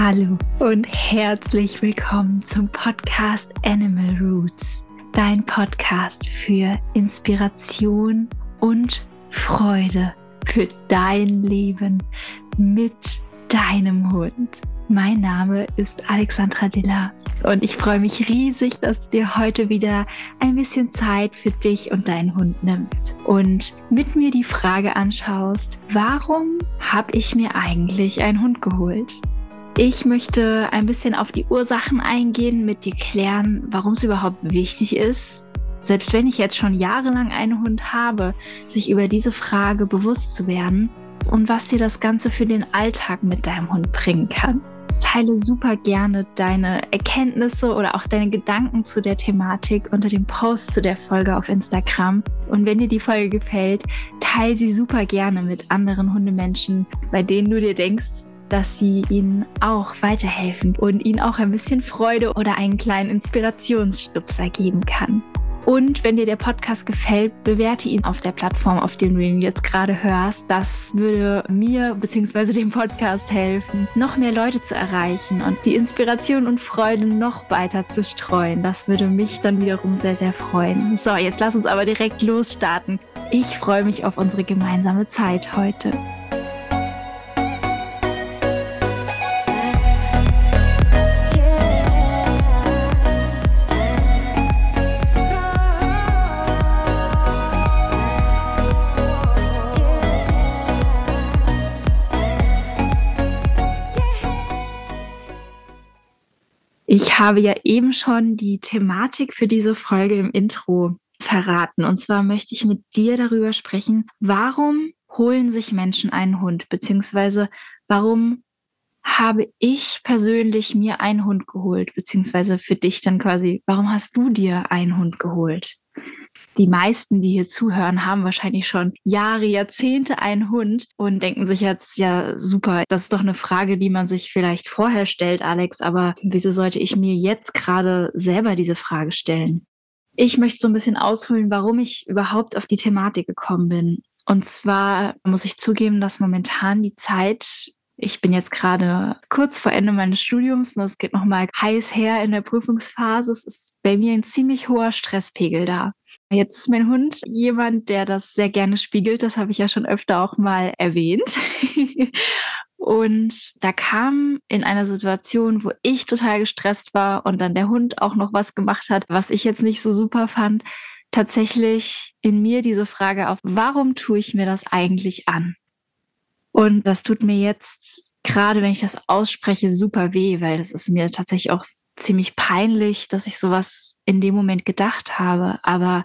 Hallo und herzlich willkommen zum Podcast Animal Roots, dein Podcast für Inspiration und Freude für dein Leben mit deinem Hund. Mein Name ist Alexandra Diller und ich freue mich riesig, dass du dir heute wieder ein bisschen Zeit für dich und deinen Hund nimmst und mit mir die Frage anschaust, warum habe ich mir eigentlich einen Hund geholt? Ich möchte ein bisschen auf die Ursachen eingehen, mit dir klären, warum es überhaupt wichtig ist, selbst wenn ich jetzt schon jahrelang einen Hund habe, sich über diese Frage bewusst zu werden und was dir das Ganze für den Alltag mit deinem Hund bringen kann. Teile super gerne deine Erkenntnisse oder auch deine Gedanken zu der Thematik unter dem Post zu der Folge auf Instagram. Und wenn dir die Folge gefällt, teile sie super gerne mit anderen Hundemenschen, bei denen du dir denkst, dass sie ihnen auch weiterhelfen und ihnen auch ein bisschen Freude oder einen kleinen Inspirationsstupser geben kann. Und wenn dir der Podcast gefällt, bewerte ihn auf der Plattform, auf der du ihn jetzt gerade hörst. Das würde mir bzw. dem Podcast helfen, noch mehr Leute zu erreichen und die Inspiration und Freude noch weiter zu streuen. Das würde mich dann wiederum sehr, sehr freuen. So, jetzt lass uns aber direkt losstarten. Ich freue mich auf unsere gemeinsame Zeit heute. Ich habe ja eben schon die Thematik für diese Folge im Intro verraten. Und zwar möchte ich mit dir darüber sprechen, warum holen sich Menschen einen Hund? Beziehungsweise warum habe ich persönlich mir einen Hund geholt? Beziehungsweise für dich dann quasi, warum hast du dir einen Hund geholt? Die meisten, die hier zuhören, haben wahrscheinlich schon Jahre, Jahrzehnte einen Hund und denken sich jetzt, ja super, das ist doch eine Frage, die man sich vielleicht vorher stellt, Alex, aber wieso sollte ich mir jetzt gerade selber diese Frage stellen? Ich möchte so ein bisschen ausholen, warum ich überhaupt auf die Thematik gekommen bin. Und zwar muss ich zugeben, dass momentan die Zeit, ich bin jetzt gerade kurz vor Ende meines Studiums und es geht nochmal heiß her in der Prüfungsphase. Es ist bei mir ein ziemlich hoher Stresspegel da. Jetzt ist mein Hund jemand, der das sehr gerne spiegelt. Das habe ich ja schon öfter auch mal erwähnt. Und da kam in einer Situation, wo ich total gestresst war und dann der Hund auch noch was gemacht hat, was ich jetzt nicht so super fand, tatsächlich in mir diese Frage auf, warum tue ich mir das eigentlich an? Und das tut mir jetzt, gerade wenn ich das ausspreche, super weh, weil das ist mir tatsächlich auch ziemlich peinlich, dass ich sowas in dem Moment gedacht habe. Aber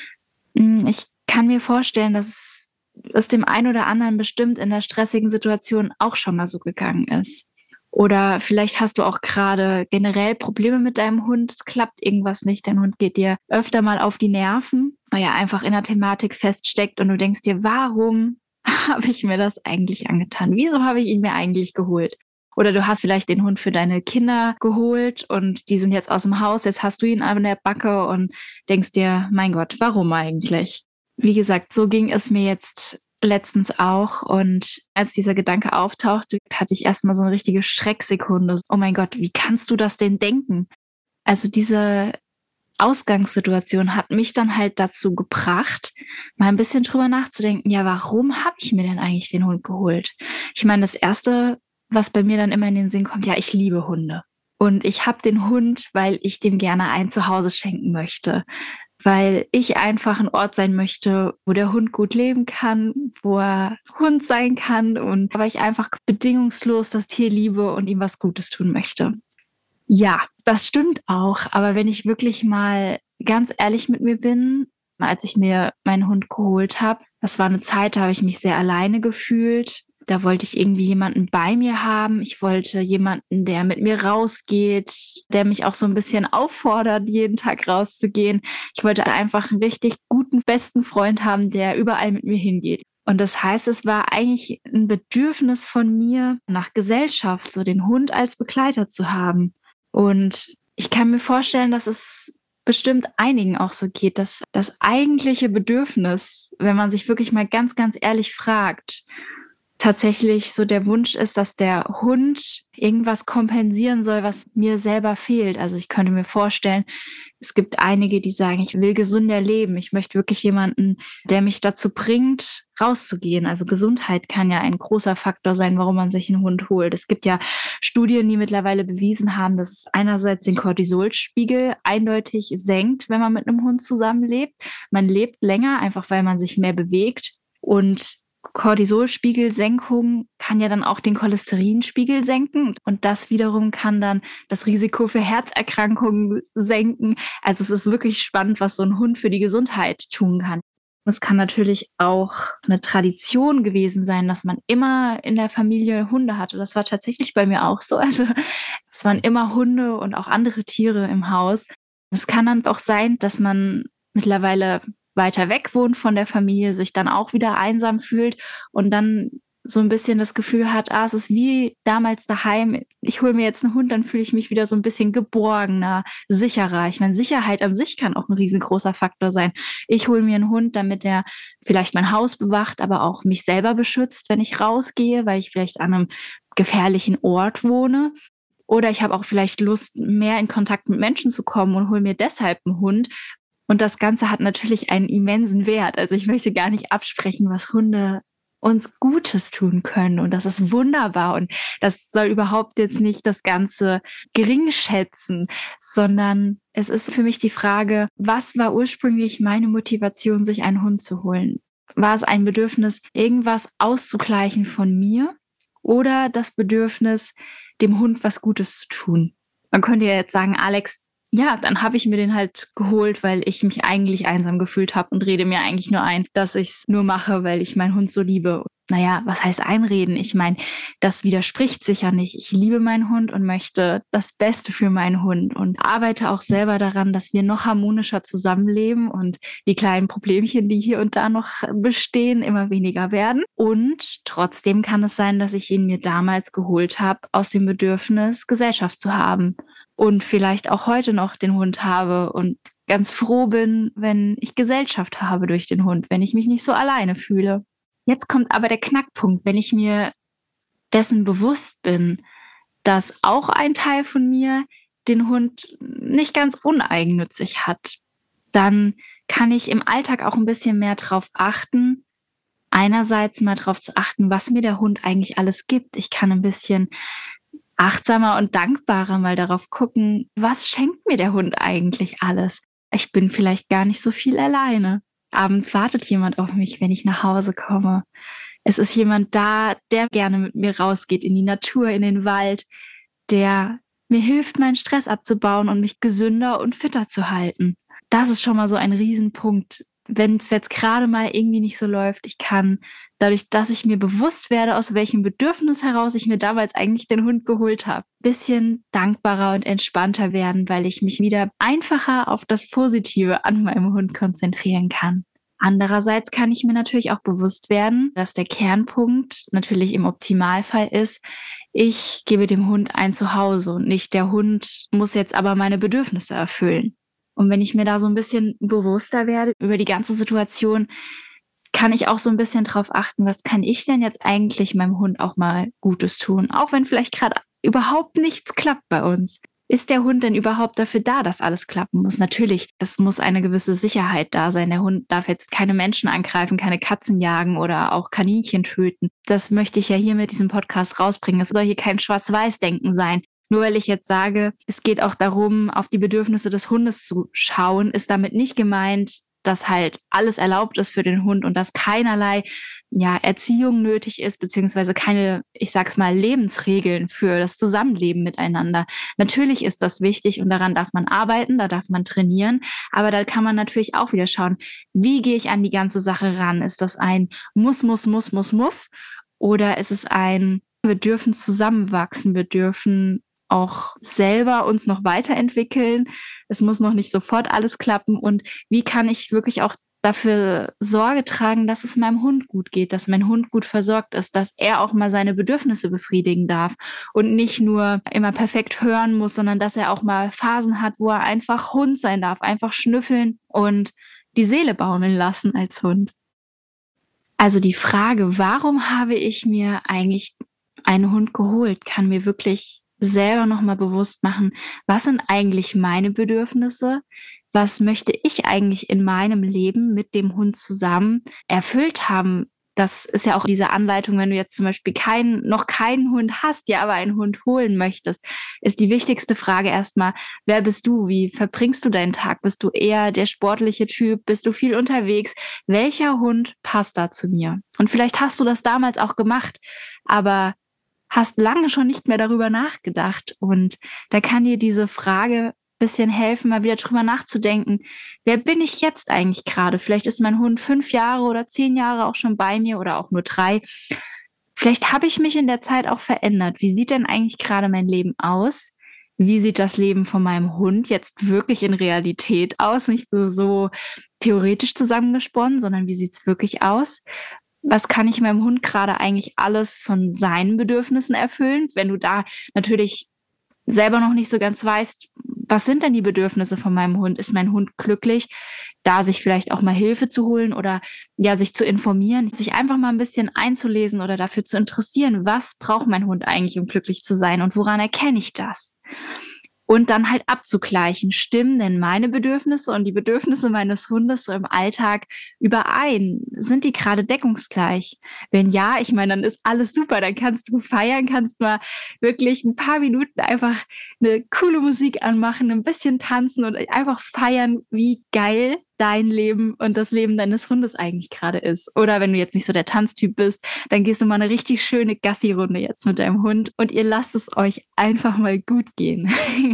ich kann mir vorstellen, dass es dem einen oder anderen bestimmt in der stressigen Situation auch schon mal so gegangen ist. Oder vielleicht hast du auch gerade generell Probleme mit deinem Hund, es klappt irgendwas nicht, dein Hund geht dir öfter mal auf die Nerven, weil er einfach in der Thematik feststeckt und du denkst dir, warum habe ich mir das eigentlich angetan? Wieso habe ich ihn mir eigentlich geholt? Oder du hast vielleicht den Hund für deine Kinder geholt und die sind jetzt aus dem Haus, jetzt hast du ihn an der Backe und denkst dir, mein Gott, warum eigentlich? Wie gesagt, so ging es mir jetzt letztens auch und als dieser Gedanke auftauchte, hatte ich erstmal so eine richtige Schrecksekunde. Oh mein Gott, wie kannst du das denn denken? Also diese Ausgangssituation hat mich dann halt dazu gebracht, mal ein bisschen drüber nachzudenken, ja, warum habe ich mir denn eigentlich den Hund geholt? Ich meine, das Erste, was bei mir dann immer in den Sinn kommt, ja, ich liebe Hunde. Und ich habe den Hund, weil ich dem gerne ein Zuhause schenken möchte. Weil ich einfach ein Ort sein möchte, wo der Hund gut leben kann, wo er Hund sein kann und weil ich einfach bedingungslos das Tier liebe und ihm was Gutes tun möchte. Ja, das stimmt auch. Aber wenn ich wirklich mal ganz ehrlich mit mir bin, als ich mir meinen Hund geholt habe, das war eine Zeit, da habe ich mich sehr alleine gefühlt. Da wollte ich irgendwie jemanden bei mir haben. Ich wollte jemanden, der mit mir rausgeht, der mich auch so ein bisschen auffordert, jeden Tag rauszugehen. Ich wollte einfach einen richtig guten, besten Freund haben, der überall mit mir hingeht. Und das heißt, es war eigentlich ein Bedürfnis von mir nach Gesellschaft, so den Hund als Begleiter zu haben. Und ich kann mir vorstellen, dass es bestimmt einigen auch so geht, dass das eigentliche Bedürfnis, wenn man sich wirklich mal ganz, ganz ehrlich fragt, tatsächlich so der Wunsch ist, dass der Hund irgendwas kompensieren soll, was mir selber fehlt. Also ich könnte mir vorstellen, es gibt einige, die sagen, ich will gesünder leben. Ich möchte wirklich jemanden, der mich dazu bringt, rauszugehen. Also Gesundheit kann ja ein großer Faktor sein, warum man sich einen Hund holt. Es gibt ja Studien, die mittlerweile bewiesen haben, dass es einerseits den Cortisolspiegel eindeutig senkt, wenn man mit einem Hund zusammenlebt. Man lebt länger, einfach weil man sich mehr bewegt. Und Cortisolspiegelsenkung kann ja dann auch den Cholesterinspiegel senken und das wiederum kann dann das Risiko für Herzerkrankungen senken. Also es ist wirklich spannend, was so ein Hund für die Gesundheit tun kann. Es kann natürlich auch eine Tradition gewesen sein, dass man immer in der Familie Hunde hatte. Das war tatsächlich bei mir auch so. Also es waren immer Hunde und auch andere Tiere im Haus. Es kann dann doch sein, dass man mittlerweile weiter weg wohnt von der Familie, sich dann auch wieder einsam fühlt und dann so ein bisschen das Gefühl hat, es ist wie damals daheim. Ich hole mir jetzt einen Hund, dann fühle ich mich wieder so ein bisschen geborgener, sicherer. Ich meine, Sicherheit an sich kann auch ein riesengroßer Faktor sein. Ich hole mir einen Hund, damit er vielleicht mein Haus bewacht, aber auch mich selber beschützt, wenn ich rausgehe, weil ich vielleicht an einem gefährlichen Ort wohne. Oder ich habe auch vielleicht Lust, mehr in Kontakt mit Menschen zu kommen und hole mir deshalb einen Hund. Und das Ganze hat natürlich einen immensen Wert. Also ich möchte gar nicht absprechen, was Hunde uns Gutes tun können. Und das ist wunderbar. Und das soll überhaupt jetzt nicht das Ganze geringschätzen, sondern es ist für mich die Frage, was war ursprünglich meine Motivation, sich einen Hund zu holen? War es ein Bedürfnis, irgendwas auszugleichen von mir oder das Bedürfnis, dem Hund was Gutes zu tun? Man könnte ja jetzt sagen, Alex, ja, dann habe ich mir den halt geholt, weil ich mich eigentlich einsam gefühlt habe und rede mir eigentlich nur ein, dass ich es nur mache, weil ich meinen Hund so liebe. Naja, was heißt einreden? Ich meine, das widerspricht sich ja nicht. Ich liebe meinen Hund und möchte das Beste für meinen Hund und arbeite auch selber daran, dass wir noch harmonischer zusammenleben und die kleinen Problemchen, die hier und da noch bestehen, immer weniger werden. Und trotzdem kann es sein, dass ich ihn mir damals geholt habe, aus dem Bedürfnis, Gesellschaft zu haben. Und vielleicht auch heute noch den Hund habe und ganz froh bin, wenn ich Gesellschaft habe durch den Hund, wenn ich mich nicht so alleine fühle. Jetzt kommt aber der Knackpunkt, wenn ich mir dessen bewusst bin, dass auch ein Teil von mir den Hund nicht ganz uneigennützig hat, dann kann ich im Alltag auch ein bisschen mehr drauf achten, einerseits mal drauf zu achten, was mir der Hund eigentlich alles gibt. Ich kann ein bisschen achtsamer und dankbarer mal darauf gucken, was schenkt mir der Hund eigentlich alles? Ich bin vielleicht gar nicht so viel alleine. Abends wartet jemand auf mich, wenn ich nach Hause komme. Es ist jemand da, der gerne mit mir rausgeht in die Natur, in den Wald, der mir hilft, meinen Stress abzubauen und mich gesünder und fitter zu halten. Das ist schon mal so ein Riesenpunkt. Wenn es jetzt gerade mal irgendwie nicht so läuft, ich kann dadurch, dass ich mir bewusst werde, aus welchem Bedürfnis heraus ich mir damals eigentlich den Hund geholt habe, bisschen dankbarer und entspannter werden, weil ich mich wieder einfacher auf das Positive an meinem Hund konzentrieren kann. Andererseits kann ich mir natürlich auch bewusst werden, dass der Kernpunkt natürlich im Optimalfall ist, ich gebe dem Hund ein Zuhause und nicht der Hund muss jetzt aber meine Bedürfnisse erfüllen. Und wenn ich mir da so ein bisschen bewusster werde über die ganze Situation, kann ich auch so ein bisschen drauf achten, was kann ich denn jetzt eigentlich meinem Hund auch mal Gutes tun? Auch wenn vielleicht gerade überhaupt nichts klappt bei uns. Ist der Hund denn überhaupt dafür da, dass alles klappen muss? Natürlich, es muss eine gewisse Sicherheit da sein. Der Hund darf jetzt keine Menschen angreifen, keine Katzen jagen oder auch Kaninchen töten. Das möchte ich ja hier mit diesem Podcast rausbringen. Es soll hier kein Schwarz-Weiß-Denken sein. Nur weil ich jetzt sage, es geht auch darum, auf die Bedürfnisse des Hundes zu schauen, ist damit nicht gemeint, dass halt alles erlaubt ist für den Hund und dass keinerlei Erziehung nötig ist, beziehungsweise keine, ich sag's mal, Lebensregeln für das Zusammenleben miteinander. Natürlich ist das wichtig und daran darf man arbeiten, da darf man trainieren, aber da kann man natürlich auch wieder schauen, wie gehe ich an die ganze Sache ran? Ist das ein muss oder ist es ein, wir dürfen zusammenwachsen, wir dürfen auch selber uns noch weiterentwickeln. Es muss noch nicht sofort alles klappen. Und wie kann ich wirklich auch dafür Sorge tragen, dass es meinem Hund gut geht, dass mein Hund gut versorgt ist, dass er auch mal seine Bedürfnisse befriedigen darf und nicht nur immer perfekt hören muss, sondern dass er auch mal Phasen hat, wo er einfach Hund sein darf, einfach schnüffeln und die Seele baumeln lassen als Hund. Also die Frage, warum habe ich mir eigentlich einen Hund geholt, kann mir wirklich selber nochmal bewusst machen, was sind eigentlich meine Bedürfnisse? Was möchte ich eigentlich in meinem Leben mit dem Hund zusammen erfüllt haben? Das ist ja auch diese Anleitung, wenn du jetzt zum Beispiel noch keinen Hund hast, ja, aber einen Hund holen möchtest, ist die wichtigste Frage erstmal, wer bist du? Wie verbringst du deinen Tag? Bist du eher der sportliche Typ? Bist du viel unterwegs? Welcher Hund passt da zu mir? Und vielleicht hast du das damals auch gemacht, aber hast lange schon nicht mehr darüber nachgedacht. Und da kann dir diese Frage ein bisschen helfen, mal wieder drüber nachzudenken. Wer bin ich jetzt eigentlich gerade? Vielleicht ist mein Hund 5 Jahre oder 10 Jahre auch schon bei mir oder auch nur 3. Vielleicht habe ich mich in der Zeit auch verändert. Wie sieht denn eigentlich gerade mein Leben aus? Wie sieht das Leben von meinem Hund jetzt wirklich in Realität aus? Nicht so theoretisch zusammengesponnen, sondern wie sieht es wirklich aus? Was kann ich meinem Hund gerade eigentlich alles von seinen Bedürfnissen erfüllen? Wenn du da natürlich selber noch nicht so ganz weißt, was sind denn die Bedürfnisse von meinem Hund? Ist mein Hund glücklich? Da sich vielleicht auch mal Hilfe zu holen oder ja, sich zu informieren, sich einfach mal ein bisschen einzulesen oder dafür zu interessieren, was braucht mein Hund eigentlich, um glücklich zu sein und woran erkenne ich das? Und dann halt abzugleichen, stimmen denn meine Bedürfnisse und die Bedürfnisse meines Hundes so im Alltag überein? Sind die gerade deckungsgleich? Wenn ja, ich meine, dann ist alles super. Dann kannst du feiern, kannst mal wirklich ein paar Minuten einfach eine coole Musik anmachen, ein bisschen tanzen und einfach feiern, wie geil dein Leben und das Leben deines Hundes eigentlich gerade ist. Oder wenn du jetzt nicht so der Tanztyp bist, dann gehst du mal eine richtig schöne Gassi-Runde jetzt mit deinem Hund und ihr lasst es euch einfach mal gut gehen.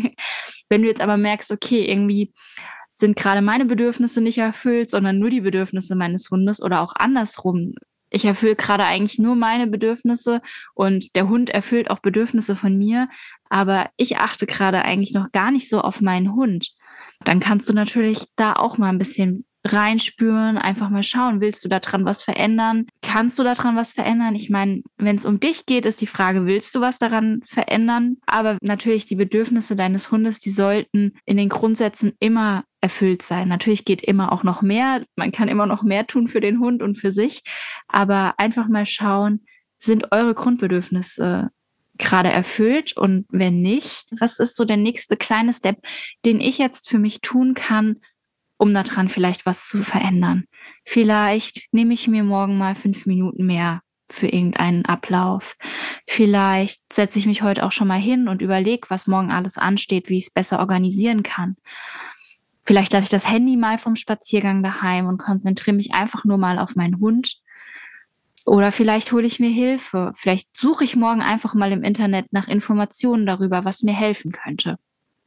Wenn du jetzt aber merkst, okay, irgendwie sind gerade meine Bedürfnisse nicht erfüllt, sondern nur die Bedürfnisse meines Hundes oder auch andersrum. Ich erfülle gerade eigentlich nur meine Bedürfnisse und der Hund erfüllt auch Bedürfnisse von mir, aber ich achte gerade eigentlich noch gar nicht so auf meinen Hund. Dann kannst du natürlich da auch mal ein bisschen reinspüren, einfach mal schauen, willst du da dran was verändern? Kannst du da dran was verändern? Ich meine, wenn es um dich geht, ist die Frage, willst du was daran verändern? Aber natürlich die Bedürfnisse deines Hundes, die sollten in den Grundsätzen immer erfüllt sein. Natürlich geht immer auch noch mehr. Man kann immer noch mehr tun für den Hund und für sich. Aber einfach mal schauen, sind eure Grundbedürfnisse gerade erfüllt? Und wenn nicht, was ist so der nächste kleine Step, den ich jetzt für mich tun kann, um daran vielleicht was zu verändern? Vielleicht nehme ich mir morgen mal 5 Minuten mehr für irgendeinen Ablauf. Vielleicht setze ich mich heute auch schon mal hin und überlege, was morgen alles ansteht, wie ich es besser organisieren kann. Vielleicht lasse ich das Handy mal vom Spaziergang daheim und konzentriere mich einfach nur mal auf meinen Hund. Oder vielleicht hole ich mir Hilfe. Vielleicht suche ich morgen einfach mal im Internet nach Informationen darüber, was mir helfen könnte.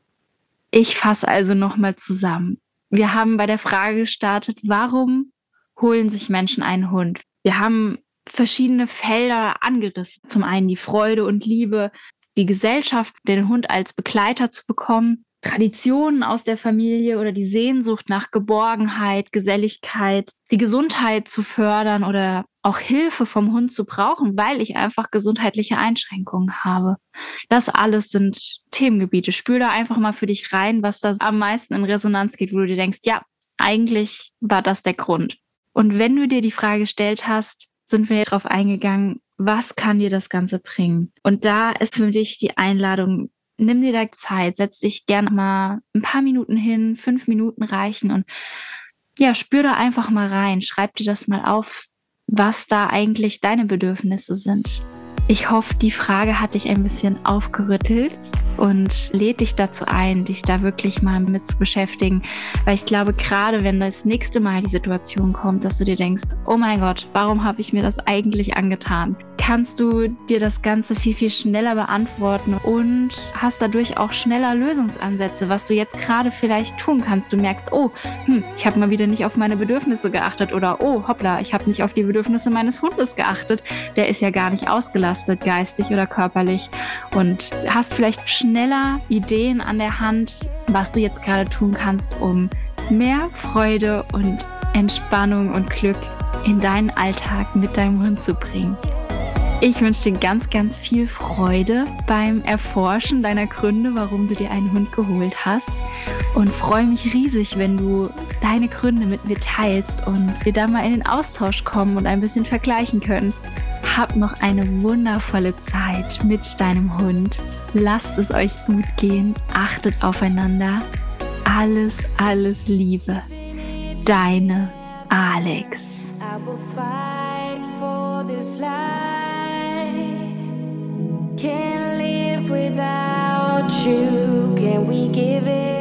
Ich fasse also nochmal zusammen. Wir haben bei der Frage gestartet, warum holen sich Menschen einen Hund? Wir haben verschiedene Felder angerissen. Zum einen die Freude und Liebe, die Gesellschaft, den Hund als Begleiter zu bekommen, Traditionen aus der Familie oder die Sehnsucht nach Geborgenheit, Geselligkeit, die Gesundheit zu fördern oder auch Hilfe vom Hund zu brauchen, weil ich einfach gesundheitliche Einschränkungen habe. Das alles sind Themengebiete. Spür da einfach mal für dich rein, was da am meisten in Resonanz geht, wo du dir denkst, ja, eigentlich war das der Grund. Und wenn du dir die Frage gestellt hast, sind wir darauf eingegangen, was kann dir das Ganze bringen? Und da ist für dich die Einladung, nimm dir da Zeit, setz dich gerne mal ein paar Minuten hin, 5 Minuten reichen und ja, spür da einfach mal rein, schreib dir das mal auf, was da eigentlich deine Bedürfnisse sind. Ich hoffe, die Frage hat dich ein bisschen aufgerüttelt und lädt dich dazu ein, dich da wirklich mal mit zu beschäftigen. Weil ich glaube, gerade wenn das nächste Mal die Situation kommt, dass du dir denkst, oh mein Gott, warum habe ich mir das eigentlich angetan? Kannst du dir das Ganze viel, viel schneller beantworten und hast dadurch auch schneller Lösungsansätze, was du jetzt gerade vielleicht tun kannst. Du merkst, oh, ich habe mal wieder nicht auf meine Bedürfnisse geachtet oder oh, hoppla, ich habe nicht auf die Bedürfnisse meines Hundes geachtet. Der ist ja gar nicht ausgelastet, geistig oder körperlich, und hast vielleicht schneller Ideen an der Hand, was du jetzt gerade tun kannst, um mehr Freude und Entspannung und Glück in deinen Alltag mit deinem Hund zu bringen. Ich wünsche dir ganz, ganz viel Freude beim Erforschen deiner Gründe, warum du dir einen Hund geholt hast. und freue mich riesig, wenn du deine Gründe mit mir teilst und wir da mal in den Austausch kommen und ein bisschen vergleichen können. Hab noch eine wundervolle Zeit mit deinem Hund. Lasst es euch gut gehen. Achtet aufeinander. Alles, alles Liebe. Deine Alex. I will fight for this life. Can't live without you. Can we give it?